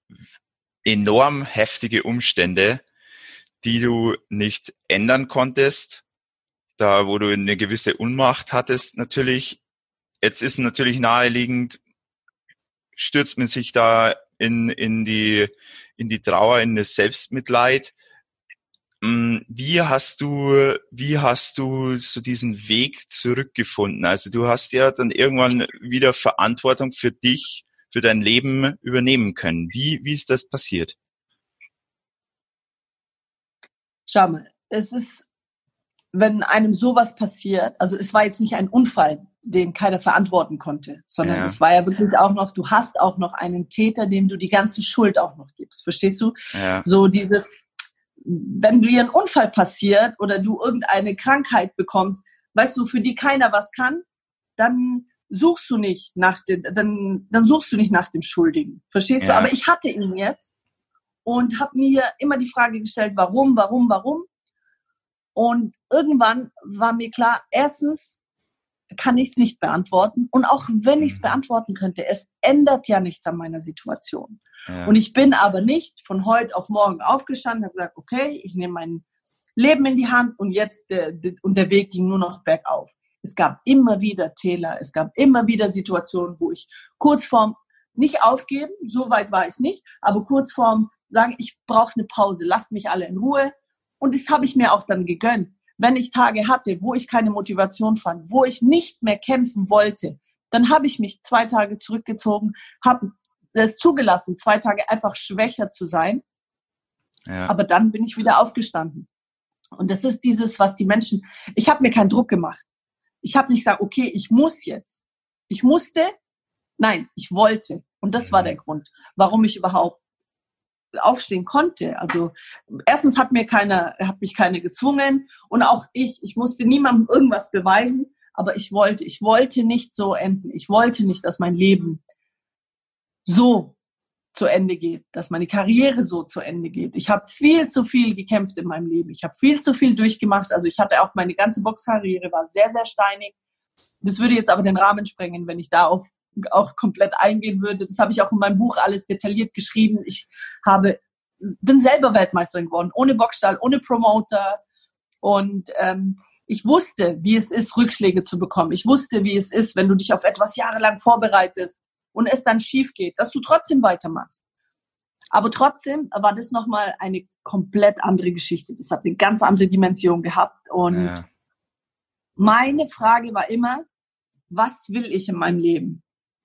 enorm heftige Umstände, die du nicht ändern konntest, da wo du eine gewisse Unmacht hattest natürlich. Jetzt ist natürlich naheliegend, stürzt man sich da in die Trauer, in das Selbstmitleid. Wie hast du so diesen Weg zurückgefunden? Also du hast ja dann irgendwann wieder Verantwortung für dich, für dein Leben übernehmen können. Wie ist das passiert? Schau mal, es ist, wenn einem sowas passiert, also es war jetzt nicht ein Unfall, den keiner verantworten konnte, sondern es war ja wirklich auch noch, du hast auch noch einen Täter, dem du die ganze Schuld auch noch gibst. Verstehst du? Ja. So dieses, wenn dir ein Unfall passiert oder du irgendeine Krankheit bekommst, weißt du, für die keiner was kann, dann suchst du nicht nach dem Schuldigen. Verstehst du? Aber ich hatte ihn jetzt und habe mir immer die Frage gestellt, warum? Und irgendwann war mir klar, erstens kann ich es nicht beantworten. Und auch wenn ich es beantworten könnte, es ändert ja nichts an meiner Situation. Ja. Und ich bin aber nicht von heute auf morgen aufgestanden und habe gesagt, okay, ich nehme mein Leben in die Hand und jetzt und der Weg ging nur noch bergauf. Es gab immer wieder Täler, es gab immer wieder Situationen, wo ich kurz vorm nicht aufgeben, so weit war ich nicht, aber kurz vorm sagen, ich brauche eine Pause, lasst mich alle in Ruhe. Und das habe ich mir auch dann gegönnt. Wenn ich Tage hatte, wo ich keine Motivation fand, wo ich nicht mehr kämpfen wollte, dann habe ich mich 2 Tage zurückgezogen, habe es zugelassen, 2 Tage einfach schwächer zu sein. Ja. Aber dann bin ich wieder aufgestanden. Und das ist dieses, was die Menschen, ich habe mir keinen Druck gemacht. Ich habe nicht gesagt, okay, ich muss jetzt. Ich musste, nein, ich wollte. Und das war der Grund, warum ich überhaupt aufstehen konnte. Also erstens hat mich keiner gezwungen und auch ich musste niemandem irgendwas beweisen, aber ich wollte nicht so enden. Ich wollte nicht, dass mein Leben so zu Ende geht, dass meine Karriere so zu Ende geht. Ich habe viel zu viel gekämpft in meinem Leben. Ich habe viel zu viel durchgemacht. Also ich hatte auch meine ganze Boxkarriere, war sehr, sehr steinig. Das würde jetzt aber den Rahmen sprengen, wenn ich da auch komplett eingehen würde. Das habe ich auch in meinem Buch alles detailliert geschrieben. Ich habe bin selber Weltmeisterin geworden, ohne Boxstall, ohne Promoter. Und ich wusste, wie es ist, Rückschläge zu bekommen. Ich wusste, wie es ist, wenn du dich auf etwas jahrelang vorbereitest und es dann schief geht, dass du trotzdem weitermachst. Aber trotzdem war das nochmal eine komplett andere Geschichte. Das hat eine ganz andere Dimension gehabt. Und meine Frage war immer, was will ich in meinem Leben?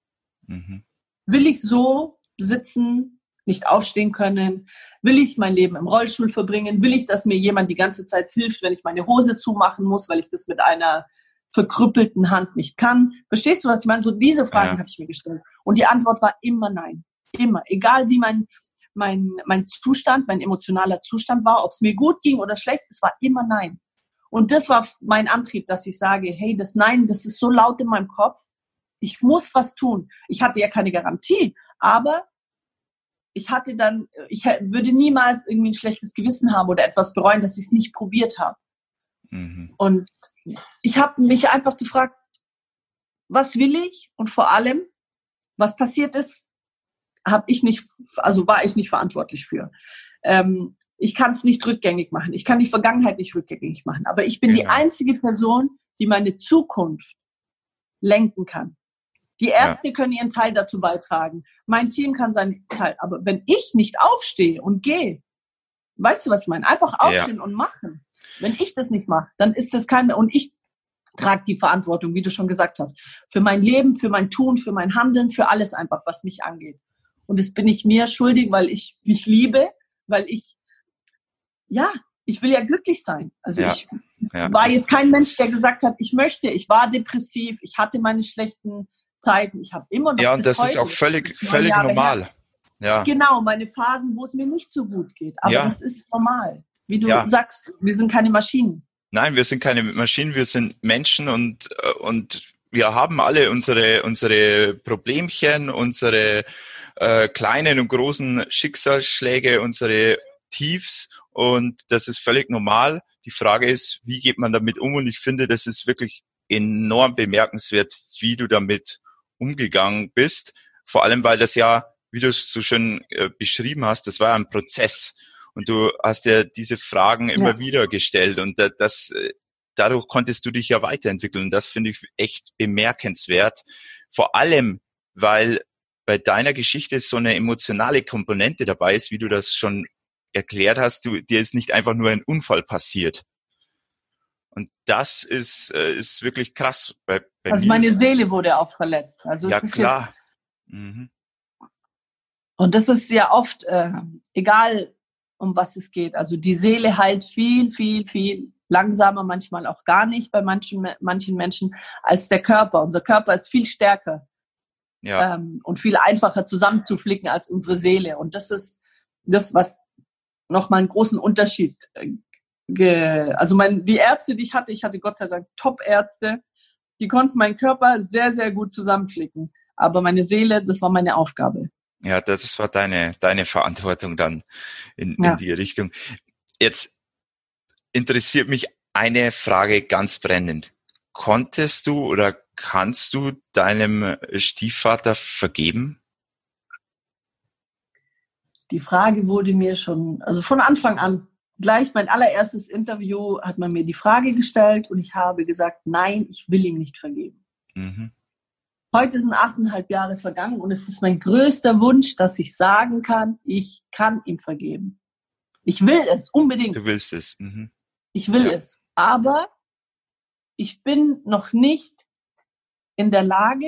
Will ich so sitzen, nicht aufstehen können? Will ich mein Leben im Rollstuhl verbringen? Will ich, dass mir jemand die ganze Zeit hilft, wenn ich meine Hose zumachen muss, weil ich das mit einer verkrüppelten Hand nicht kann? Verstehst du, was ich meine? So diese Fragen habe ich mir gestellt. Und die Antwort war immer nein. Immer. Egal wie mein Zustand, mein emotionaler Zustand war, ob es mir gut ging oder schlecht, es war immer nein. Und das war mein Antrieb, dass ich sage, hey, das Nein, das ist so laut in meinem Kopf, ich muss was tun. Ich hatte ja keine Garantie, aber ich würde niemals irgendwie ein schlechtes Gewissen haben oder etwas bereuen, dass ich es nicht probiert habe. Und ich habe mich einfach gefragt, was will ich? Und vor allem, was passiert ist, war ich nicht verantwortlich für. Ich kann es nicht rückgängig machen. Ich kann die Vergangenheit nicht rückgängig machen. Aber ich bin die einzige Person, die meine Zukunft lenken kann. Die Ärzte können ihren Teil dazu beitragen. Mein Team kann seinen Teil. Aber wenn ich nicht aufstehe und gehe, weißt du, was ich meine? Einfach aufstehen und machen. Wenn ich das nicht mache, dann ist das keine... Und ich trage die Verantwortung, wie du schon gesagt hast, für mein Leben, für mein Tun, für mein Handeln, für alles einfach, was mich angeht. Und das bin ich mir schuldig, weil ich mich liebe, weil ich will ja glücklich sein. Also ich war jetzt kein Mensch, der gesagt hat, ich war depressiv, ich hatte meine schlechten Zeiten, ich habe immer noch Ja, und das ist auch völlig normal. Ja. Genau, meine Phasen, wo es mir nicht so gut geht. Aber das ist normal. Wie du sagst, wir sind keine Maschinen. Nein, wir sind keine Maschinen, wir sind Menschen und wir haben alle unsere Problemchen, unsere kleinen und großen Schicksalsschläge, unsere Tiefs, und das ist völlig normal. Die Frage ist, wie geht man damit um? Und ich finde, das ist wirklich enorm bemerkenswert, wie du damit umgegangen bist. Vor allem, weil das ja, wie du es so schön beschrieben hast, das war ein Prozess. Und du hast ja diese Fragen immer wieder gestellt, und dadurch konntest du dich ja weiterentwickeln. Und das finde ich echt bemerkenswert. Vor allem, weil bei deiner Geschichte so eine emotionale Komponente dabei ist, wie du das schon erklärt hast. Dir ist nicht einfach nur ein Unfall passiert. Und das ist wirklich krass. Bei also meine Seele wurde auch verletzt. Also ja, es ist klar. Und das ist ja oft, egal um was es geht. Also die Seele heilt viel, viel, viel langsamer, manchmal auch gar nicht bei manchen Menschen als der Körper. Unser Körper ist viel stärker und viel einfacher zusammenzuflicken als unsere Seele. Und das ist das, was nochmal einen großen Unterschied die Ärzte, die ich hatte Gott sei Dank Top-Ärzte, die konnten meinen Körper sehr, sehr gut zusammenflicken. Aber meine Seele, das war meine Aufgabe. Ja, das war deine Verantwortung dann in die Richtung. Jetzt interessiert mich eine Frage ganz brennend. Konntest du oder kannst du deinem Stiefvater vergeben? Die Frage wurde mir schon, also von Anfang an, gleich mein allererstes Interview hat man mir die Frage gestellt und ich habe gesagt, nein, ich will ihm nicht vergeben. Heute sind 8,5 Jahre vergangen und es ist mein größter Wunsch, dass ich sagen kann, ich kann ihm vergeben. Ich will es, unbedingt. Du willst es. Ich will es. Aber ich bin noch nicht in der Lage,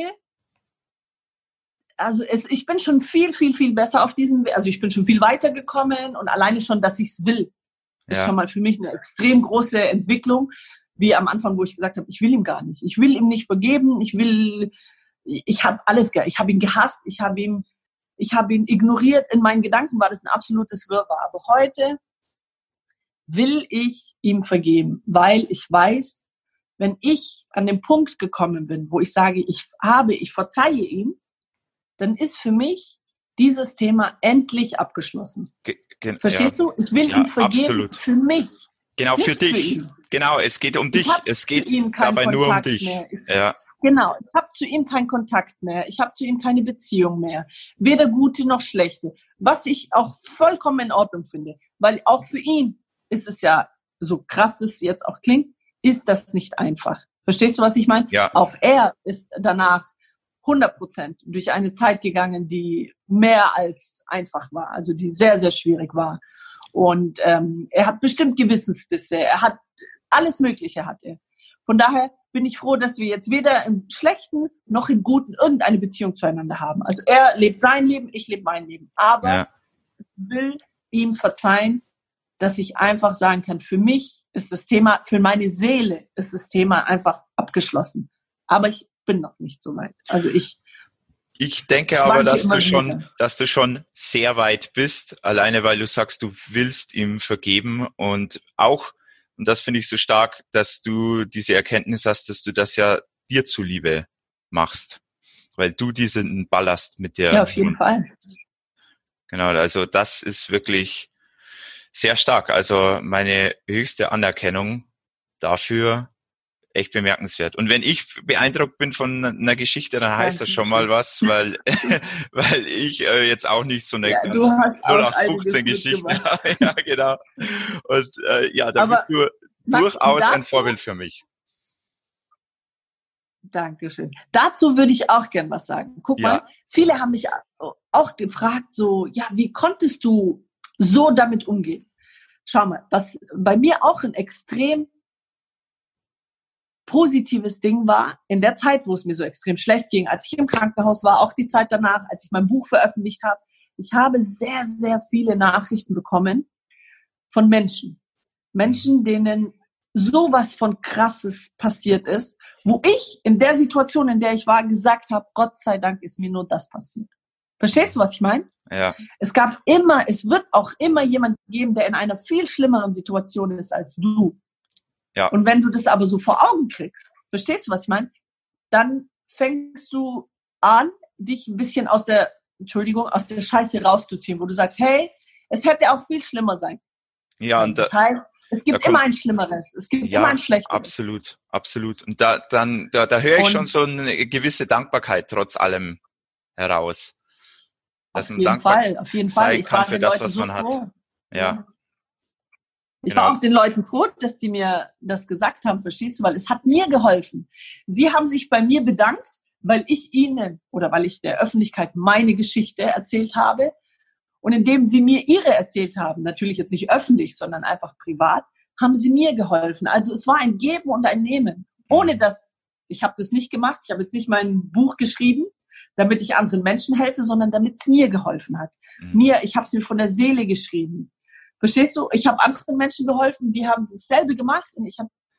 ich bin schon viel, viel, viel besser auf diesem Weg. Also ich bin schon viel weitergekommen und alleine schon, dass ich es will, ist schon mal für mich eine extrem große Entwicklung, wie am Anfang, wo ich gesagt habe, ich will ihm gar nicht. Ich will ihm nicht vergeben. Ich habe alles, ich habe ihn gehasst. Ich habe ihn ignoriert. In meinen Gedanken war das ein absolutes Wirrwarr. Aber heute will ich ihm vergeben, weil ich weiß, wenn ich an den Punkt gekommen bin, wo ich sage, ich verzeihe ihm, dann ist für mich dieses Thema endlich abgeschlossen. Verstehst du? Ich will ihm vergeben, absolut. Für mich. Genau, für Nicht dich. Genau, es geht um dich. Es geht dabei nur um dich. Ja. Genau, ich habe zu ihm keinen Kontakt mehr. Ich habe zu ihm keine Beziehung mehr. Weder gute noch schlechte. Was ich auch vollkommen in Ordnung finde. Weil auch für ihn ist es ja, so krass das jetzt auch klingt, ist das nicht einfach. Verstehst du, was ich meine? Ja. Auch er ist danach 100% durch eine Zeit gegangen, die mehr als einfach war. Also die sehr, sehr schwierig war. Und er hat bestimmt Gewissensbisse, er hat alles Mögliche hat er. Von daher bin ich froh, dass wir jetzt weder im Schlechten noch im Guten irgendeine Beziehung zueinander haben. Also er lebt sein Leben, ich lebe mein Leben. Aber ich will ihm verzeihen, dass ich einfach sagen kann, für mich ist das Thema, für meine Seele ist das Thema einfach abgeschlossen. Aber ich bin noch nicht so weit. Also ich denke aber, dass du schon sehr weit bist, alleine weil du sagst, du willst ihm vergeben und das finde ich so stark, dass du diese Erkenntnis hast, dass du das ja dir zuliebe machst, weil du diesen Ballast mit dir. Ja, auf jeden Fall. Genau, also das ist wirklich sehr stark. Also meine höchste Anerkennung dafür. Echt bemerkenswert. Und wenn ich beeindruckt bin von einer Geschichte, dann heißt das schon mal was, weil ich jetzt auch nicht so eine ganz 0815 Geschichte habe. Ja, genau. Und da bist du durchaus ein Vorbild für mich. Dankeschön. Dazu würde ich auch gern was sagen. Guck mal, viele haben mich auch gefragt, so, ja, wie konntest du so damit umgehen? Schau mal, was bei mir auch ein extrem positives Ding war, in der Zeit, wo es mir so extrem schlecht ging, als ich im Krankenhaus war, auch die Zeit danach, als ich mein Buch veröffentlicht habe, ich habe sehr, sehr viele Nachrichten bekommen von Menschen, denen sowas von Krasses passiert ist, wo ich in der Situation, in der ich war, gesagt habe, Gott sei Dank ist mir nur das passiert. Verstehst du, was ich meine? Ja. Es wird auch immer jemand geben, der in einer viel schlimmeren Situation ist als du. Ja. Und wenn du das aber so vor Augen kriegst, verstehst du, was ich meine? Dann fängst du an, dich ein bisschen aus der Scheiße rauszuziehen, wo du sagst, hey, es hätte auch viel schlimmer sein. Ja, und das heißt, es gibt immer ein Schlimmeres, es gibt immer ein Schlechteres. Absolut. Und da höre ich schon so eine gewisse Dankbarkeit trotz allem heraus. Dass man dankbar auf jeden sein Fall. kann für das, was man hat. Ja. Ich war auch den Leuten froh, dass die mir das gesagt haben, verstehst du? Weil es hat mir geholfen. Sie haben sich bei mir bedankt, weil ich der Öffentlichkeit meine Geschichte erzählt habe. Und indem sie mir ihre erzählt haben, natürlich jetzt nicht öffentlich, sondern einfach privat, haben sie mir geholfen. Also es war ein Geben und ein Nehmen. Ich habe das nicht gemacht, ich habe jetzt nicht mein Buch geschrieben, damit ich anderen Menschen helfe, sondern damit es mir geholfen hat. Ich habe es mir von der Seele geschrieben. Verstehst du? Ich habe anderen Menschen geholfen, die haben dasselbe gemacht und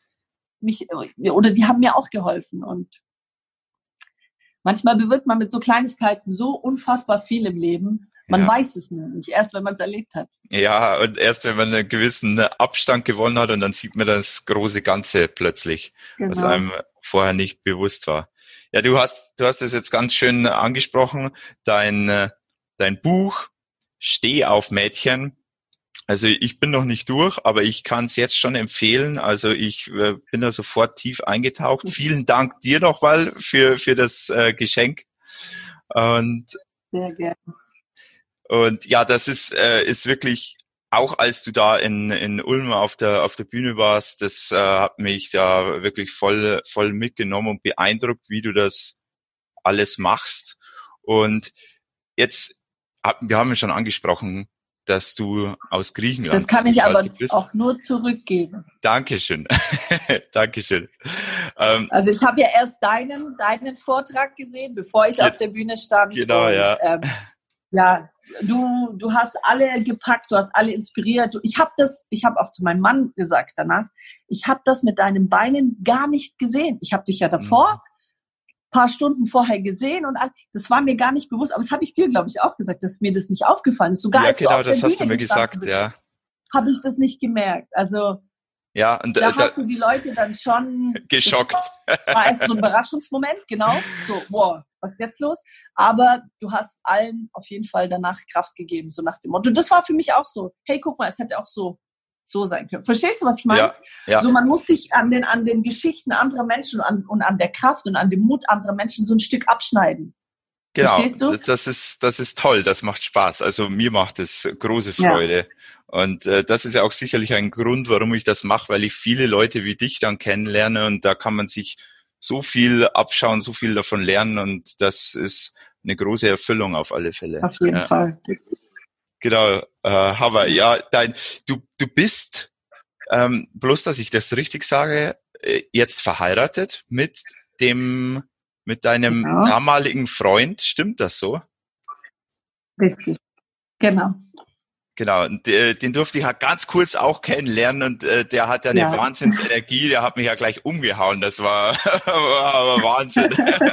die haben mir auch geholfen. Und manchmal bewirkt man mit so Kleinigkeiten so unfassbar viel im Leben. Man weiß es nur nicht, erst wenn man es erlebt hat. Ja, und erst wenn man einen gewissen Abstand gewonnen hat und dann sieht man das große Ganze plötzlich, was einem vorher nicht bewusst war. Ja, du hast das jetzt ganz schön angesprochen, dein Buch Steh auf Mädchen. Also ich bin noch nicht durch, aber ich kann es jetzt schon empfehlen. Also ich bin da sofort tief eingetaucht. Vielen Dank dir nochmal für das Geschenk. Und sehr gerne. Und ja, das ist wirklich, auch als du da in Ulm auf der Bühne warst, das hat mich da wirklich voll mitgenommen und beeindruckt, wie du das alles machst. Und jetzt, wir haben ja schon angesprochen, dass du aus Griechenland bist. Das kann ich aber auch nur zurückgeben. Dankeschön. Dankeschön. Also ich habe ja erst deinen Vortrag gesehen, bevor ich auf der Bühne stand. Genau, und, ja, du hast alle gepackt, du hast alle inspiriert. Ich habe auch zu meinem Mann gesagt danach, ich habe das mit deinen Beinen gar nicht gesehen. Ich habe dich ja davor, paar Stunden vorher gesehen und das war mir gar nicht bewusst, aber das habe ich dir, glaube ich, auch gesagt, dass mir das nicht aufgefallen ist. Sogar als genau, du auf das der hast Bühne du mir gesagt, bist, ja. Habe ich das nicht gemerkt. Also ja, und da hast du die Leute dann schon geschockt. War erst so ein Überraschungsmoment, genau. So, wow, was ist jetzt los? Aber du hast allen auf jeden Fall danach Kraft gegeben, so nach dem Motto. Und das war für mich auch so, hey, guck mal, es hätte auch so so sein können. Verstehst du, was ich meine? Ja, ja. So, man muss sich an den Geschichten anderer Menschen und an der Kraft und an dem Mut anderer Menschen so ein Stück abschneiden. Genau, verstehst du? Das ist toll, das macht Spaß. Also mir macht es große Freude. Ja. Und das ist ja auch sicherlich ein Grund, warum ich das mache, weil ich viele Leute wie dich dann kennenlerne und da kann man sich so viel abschauen, so viel davon lernen und das ist eine große Erfüllung auf alle Fälle. Auf jeden Fall. Genau, Hava, ja, du bist, bloß dass ich das richtig sage, jetzt verheiratet mit deinem damaligen Freund, stimmt das so? Richtig, genau. Genau, und den durfte ich ja ganz kurz auch kennenlernen und der hat ja eine Wahnsinnsenergie, der hat mich ja gleich umgehauen, das war Wahnsinn.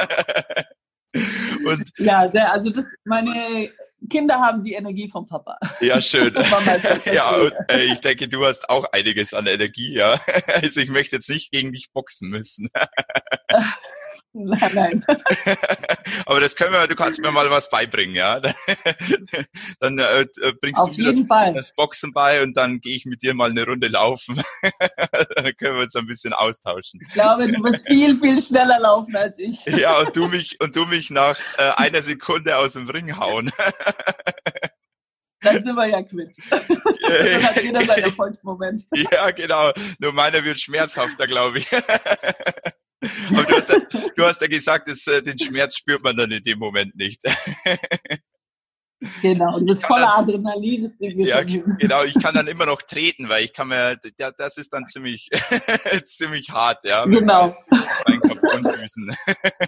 Und meine Kinder haben die Energie vom Papa. Ja, schön. Ja, und ich denke, du hast auch einiges an Energie, ja. Also ich möchte jetzt nicht gegen dich boxen müssen. Nein. Aber du kannst mir mal was beibringen, ja. Dann bringst auf du mir das Boxen bei und dann gehe ich mit dir mal eine Runde laufen. Dann können wir uns ein bisschen austauschen. Ich glaube, du wirst viel, viel schneller laufen als ich. Ja, und du mich nach einer Sekunde aus dem Ring hauen. Dann sind wir ja quitt. Dann hat jeder seinen Erfolgsmoment. Ja, genau. Nur meiner wird schmerzhafter, glaube ich. Aber du hast ja gesagt, den Schmerz spürt man dann in dem Moment nicht. Genau, und du bist voller Adrenalin. Ja, genau, ich kann dann immer noch treten, weil das ist dann ziemlich hart, ja. Genau. Mit meinen kaputten Füßen.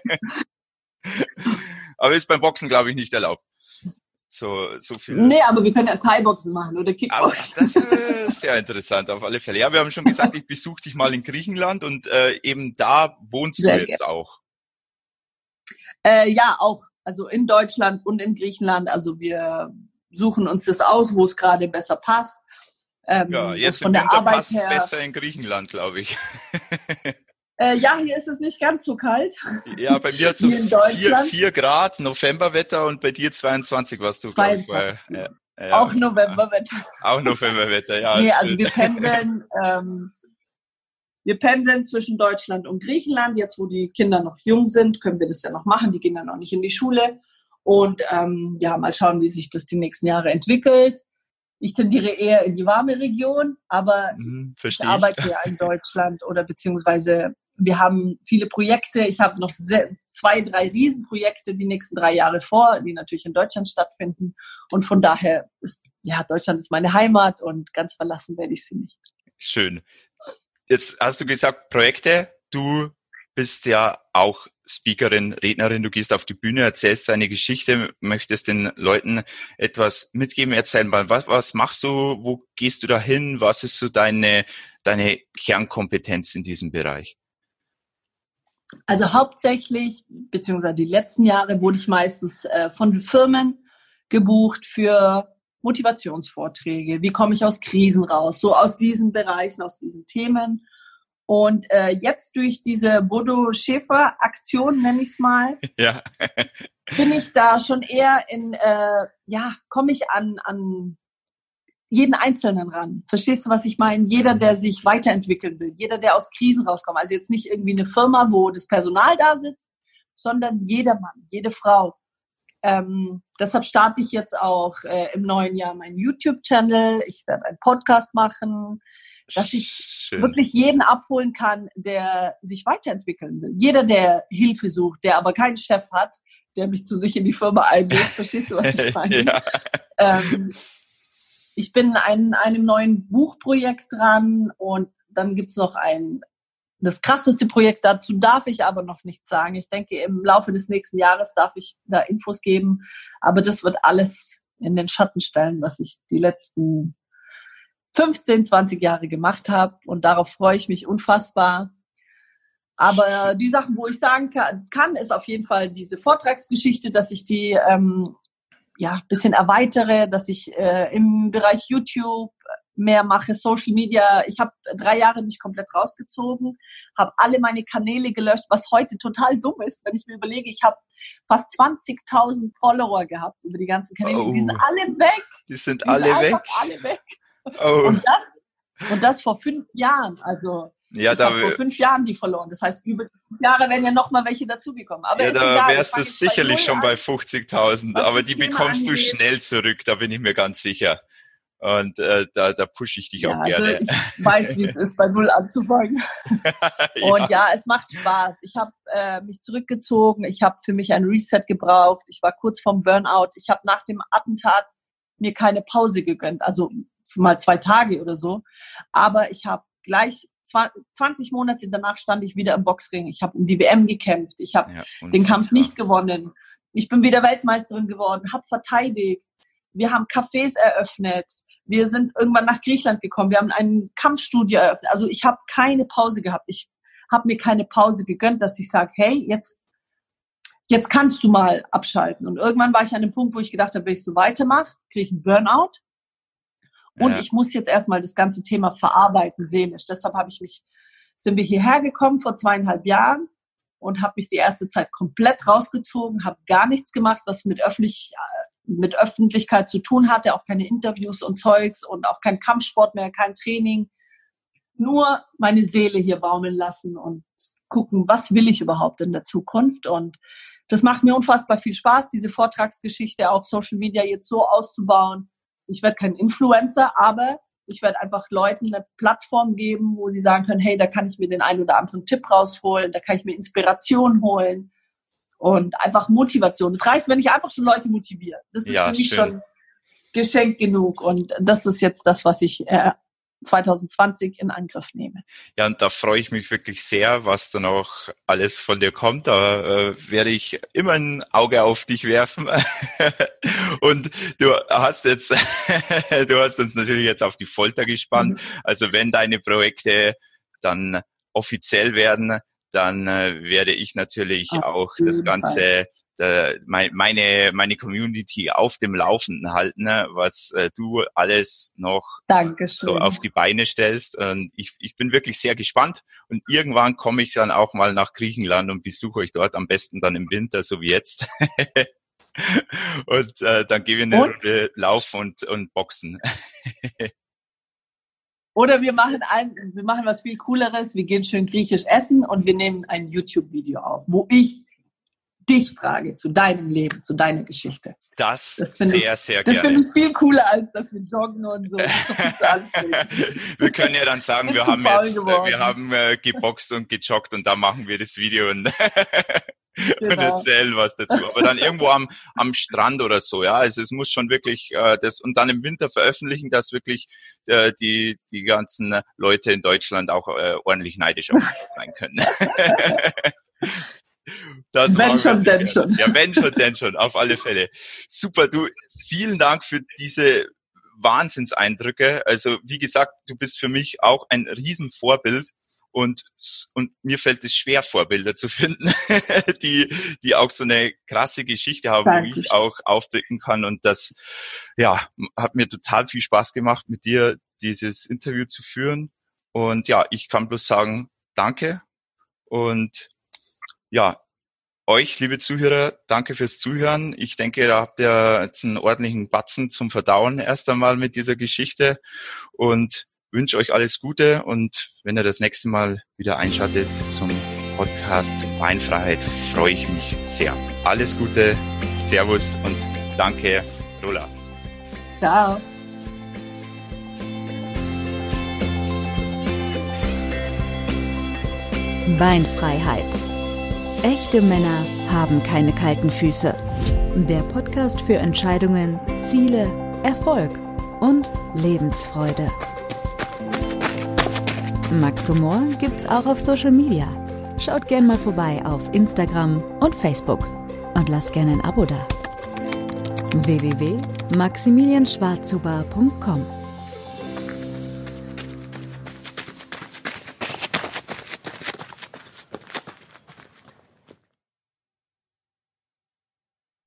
Aber ist beim Boxen, glaube ich, nicht erlaubt. So viel. Nee, aber wir können ja Thai-Boxen machen oder Kickboxen. Das ist sehr interessant, auf alle Fälle. Ja, wir haben schon gesagt, ich besuche dich mal in Griechenland und eben da wohnst du jetzt auch. Ja, auch. Also in Deutschland und in Griechenland. Also wir suchen uns das aus, wo es gerade besser passt. Ja, jetzt von der Arbeit passt her besser in Griechenland, glaube ich. Ja, hier ist es nicht ganz so kalt. Ja, bei mir hat so 4 Grad, Novemberwetter und bei dir 22 warst du, glaube ich. Ja. Auch Novemberwetter. Auch Novemberwetter, ja. Nee, also wir pendeln zwischen Deutschland und Griechenland. Jetzt, wo die Kinder noch jung sind, können wir das ja noch machen. Die gehen ja noch nicht in die Schule. Und mal schauen, wie sich das die nächsten Jahre entwickelt. Ich tendiere eher in die warme Region, aber ich arbeite ja in Deutschland oder beziehungsweise wir haben viele Projekte. Ich habe noch 2, 3 Riesenprojekte die nächsten 3 Jahre vor, die natürlich in Deutschland stattfinden. Und von daher Deutschland ist meine Heimat und ganz verlassen werde ich sie nicht. Schön. Jetzt hast du gesagt, Projekte. Du bist ja auch Speakerin, Rednerin. Du gehst auf die Bühne, erzählst deine Geschichte, möchtest den Leuten etwas mitgeben, erzählen. Was machst du? Wo gehst du da hin? Was ist so deine Kernkompetenz in diesem Bereich? Also hauptsächlich, beziehungsweise die letzten Jahre, wurde ich meistens von Firmen gebucht für Motivationsvorträge. Wie komme ich aus Krisen raus? So aus diesen Bereichen, aus diesen Themen. Und jetzt durch diese Bodo Schäfer-Aktion, nenne ich es mal, bin ich da schon eher komme ich an jeden Einzelnen ran. Verstehst du, was ich meine? Jeder, der sich weiterentwickeln will, jeder, der aus Krisen rauskommt. Also jetzt nicht irgendwie eine Firma, wo das Personal da sitzt, sondern jeder Mann, jede Frau. Deshalb starte ich jetzt auch im neuen Jahr meinen YouTube-Channel. Ich werde einen Podcast machen, dass ich wirklich jeden abholen kann, der sich weiterentwickeln will. Jeder, der Hilfe sucht, der aber keinen Chef hat, der mich zu sich in die Firma einlädt. Verstehst du, was ich meine? Ja. Ich bin an einem neuen Buchprojekt dran und dann gibt's noch das krasseste Projekt, dazu darf ich aber noch nichts sagen. Ich denke, im Laufe des nächsten Jahres darf ich da Infos geben, aber das wird alles in den Schatten stellen, was ich die letzten 15, 20 Jahre gemacht habe und darauf freue ich mich unfassbar. Aber die Sachen, wo ich sagen kann, ist auf jeden Fall diese Vortragsgeschichte, dass ich die bisschen erweitere, dass ich im Bereich YouTube mehr mache, Social Media. Ich habe 3 Jahre mich komplett rausgezogen, habe alle meine Kanäle gelöscht, was heute total dumm ist, wenn ich mir überlege, ich habe fast 20.000 Follower gehabt über die ganzen Kanäle. Die sind alle weg. Die sind alle weg? Alle weg. Oh. Und Und das vor 5 Jahren. Also ja, ich habe vor 5 Jahren die verloren. Das heißt, über 5 Jahre wären ja noch mal welche dazugekommen. Aber ja, da wärst du sicherlich schon bei 50.000. Aber die bekommst du schnell zurück, da bin ich mir ganz sicher. Und da pushe ich dich auch gerne. Also ich weiß, wie es ist, bei Null anzufangen. Und ja, es macht Spaß. Ich habe mich zurückgezogen. Ich habe für mich ein Reset gebraucht. Ich war kurz vorm Burnout. Ich habe nach dem Attentat mir keine Pause gegönnt. Also mal 2 Tage oder so. Aber ich habe gleich 20 Monate danach stand ich wieder im Boxring. Ich habe um die WM gekämpft. Ich habe den Kampf nicht gewonnen. Ich bin wieder Weltmeisterin geworden, habe verteidigt. Wir haben Cafés eröffnet. Wir sind irgendwann nach Griechenland gekommen. Wir haben ein Kampfstudio eröffnet. Also ich habe keine Pause gehabt. Ich habe mir keine Pause gegönnt, dass ich sage, hey, jetzt kannst du mal abschalten. Und irgendwann war ich an dem Punkt, wo ich gedacht habe, wenn ich so weitermache, kriege ich einen Burnout. Und ich muss jetzt erstmal das ganze Thema verarbeiten, seelisch. Deshalb sind wir hierher gekommen vor 2,5 Jahren und habe mich die erste Zeit komplett rausgezogen, habe gar nichts gemacht, was mit Öffentlichkeit zu tun hatte, auch keine Interviews und Zeugs und auch kein Kampfsport mehr, kein Training. Nur meine Seele hier baumeln lassen und gucken, was will ich überhaupt in der Zukunft. Und das macht mir unfassbar viel Spaß, diese Vortragsgeschichte auf Social Media jetzt so auszubauen. Ich werde kein Influencer, aber ich werde einfach Leuten eine Plattform geben, wo sie sagen können, hey, da kann ich mir den einen oder anderen Tipp rausholen, da kann ich mir Inspiration holen und einfach Motivation. Es reicht, wenn ich einfach schon Leute motiviere. Das ist für mich schon Geschenk genug und das ist jetzt das, was ich 2020 in Angriff nehme. Ja, und da freue ich mich wirklich sehr, was da noch alles von dir kommt. Da werde ich immer ein Auge auf dich werfen. Und du hast uns natürlich jetzt auf die Folter gespannt. Also wenn deine Projekte dann offiziell werden, dann werde ich natürlich auch das Ganze meine Community auf dem Laufenden halten, was du alles noch so auf die Beine stellst. Und ich bin wirklich sehr gespannt. Und irgendwann komme ich dann auch mal nach Griechenland und besuche euch dort, am besten dann im Winter, so wie jetzt. Und dann gehen wir eine Runde laufen und boxen. Oder wir machen was viel Cooleres. Wir gehen schön griechisch essen und wir nehmen ein YouTube-Video auf, wo ich dich frage zu deinem Leben, zu deiner Geschichte. Das sehr gerne. Das finde ich viel cooler, als dass wir joggen und so. Wir können ja dann sagen, wir haben geboxt und gejoggt und da machen wir das Video und und erzählen was dazu. Aber dann irgendwo am Strand oder so, ja. Also es muss schon wirklich und dann im Winter veröffentlichen, dass wirklich die ganzen Leute in Deutschland auch ordentlich neidisch auf mich sein können. Wenn schon, denn schon. Ja, wenn schon, denn schon, auf alle Fälle. Super, du, vielen Dank für diese Wahnsinnseindrücke. Also wie gesagt, du bist für mich auch ein Riesenvorbild und mir fällt es schwer, Vorbilder zu finden, die auch so eine krasse Geschichte haben, wo ich auch aufblicken kann. Und das, ja, hat mir total viel Spaß gemacht, mit dir dieses Interview zu führen. Und ja, ich kann bloß sagen, danke und ja, euch, liebe Zuhörer, danke fürs Zuhören. Ich denke, da habt ihr jetzt einen ordentlichen Batzen zum Verdauen erst einmal mit dieser Geschichte und wünsche euch alles Gute. Und wenn ihr das nächste Mal wieder einschaltet zum Podcast Beinfreiheit, freue ich mich sehr. Alles Gute, Servus und danke, Rola. Ciao. Beinfreiheit. Echte Männer haben keine kalten Füße. Der Podcast für Entscheidungen, Ziele, Erfolg und Lebensfreude. Max Humor gibt's auch auf Social Media. Schaut gern mal vorbei auf Instagram und Facebook und lasst gerne ein Abo da. www.maximilianschwarzhuber.com